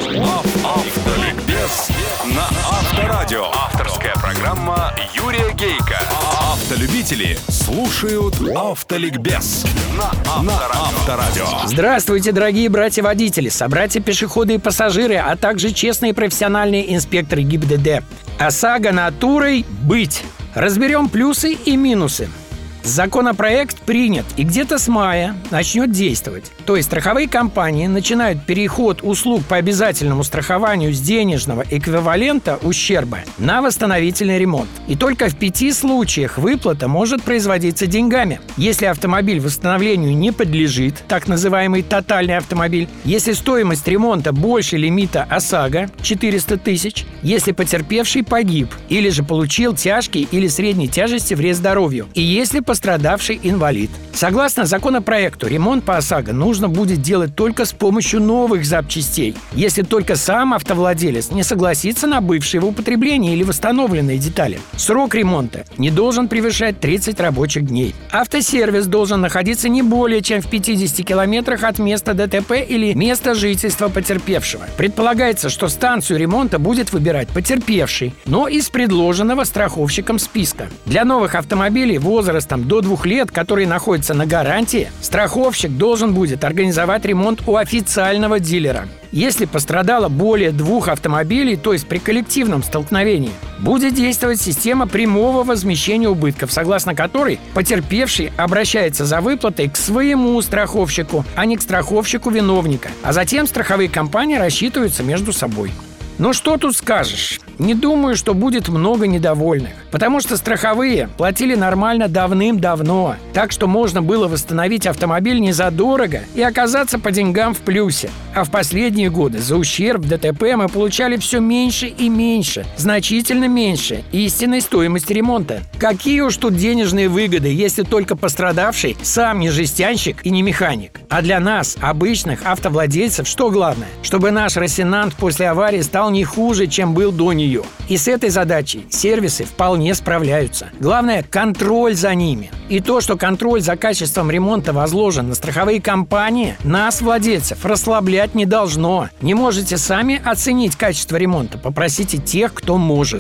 Автоликбез на Авторадио. Авторская программа Юрия Гейка. Автолюбители слушают Автоликбез на Авторадио. Здравствуйте, дорогие братья-водители, собратья-пешеходы и пассажиры, а также честные профессиональные инспекторы ГИБДД. ОСАГО натурой быть. Разберем плюсы и минусы. Законопроект принят и где-то с мая начнет действовать. То есть страховые компании начинают переход услуг по обязательному страхованию с денежного эквивалента ущерба на восстановительный ремонт. И только в 5 случаях выплата может производиться деньгами. Если автомобиль восстановлению не подлежит, так называемый тотальный автомобиль, если стоимость ремонта больше лимита ОСАГО 400 тысяч, если потерпевший погиб или же получил тяжкий или средней тяжести вред здоровью, и если пострадавший инвалид. Согласно законопроекту, ремонт по ОСАГО нужно будет делать только с помощью новых запчастей, если только сам автовладелец не согласится на бывшие в употреблении или восстановленные детали. Срок ремонта не должен превышать 30 рабочих дней. Автосервис должен находиться не более чем в 50 километрах от места ДТП или места жительства потерпевшего. Предполагается, что станцию ремонта будет выбирать потерпевший, но из предложенного страховщиком списка. Для новых автомобилей возрастом до 2 лет, которые находятся на гарантии, страховщик должен будет организовать ремонт у официального дилера. Если пострадало более 2 автомобилей, то есть при коллективном столкновении, будет действовать система прямого возмещения убытков, согласно которой потерпевший обращается за выплатой к своему страховщику, а не к страховщику виновника. А затем страховые компании рассчитываются между собой. Но что тут скажешь? Не думаю, что будет много недовольных, потому что страховые платили нормально давным-давно, так что можно было восстановить автомобиль незадорого и оказаться по деньгам в плюсе. А в последние годы за ущерб в ДТП мы получали все меньше и меньше, значительно меньше истинной стоимости ремонта. Какие уж тут денежные выгоды, если только пострадавший сам не жестянщик и не механик. А для нас, обычных автовладельцев, что главное? Чтобы наш Росинант после аварии стал не хуже, чем был до нее. И с этой задачей сервисы вполне справляются. Главное – контроль за ними. И то, что контроль за качеством ремонта возложен на страховые компании, нас, владельцев, расслаблять не должно. Не можете сами оценить качество ремонта? Попросите тех, кто может.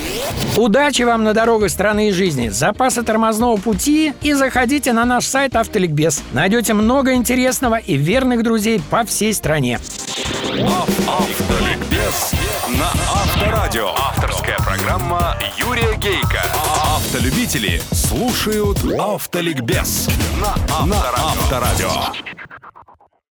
Удачи вам на дорогах страны и жизни, запаса тормозного пути и заходите на наш сайт Автоликбез. Найдете много интересного и верных друзей по всей стране. Автоликбез на Авторадио. Авторская программа Юрия Гейка. Автолюбители слушают Автоликбез на Авторадио.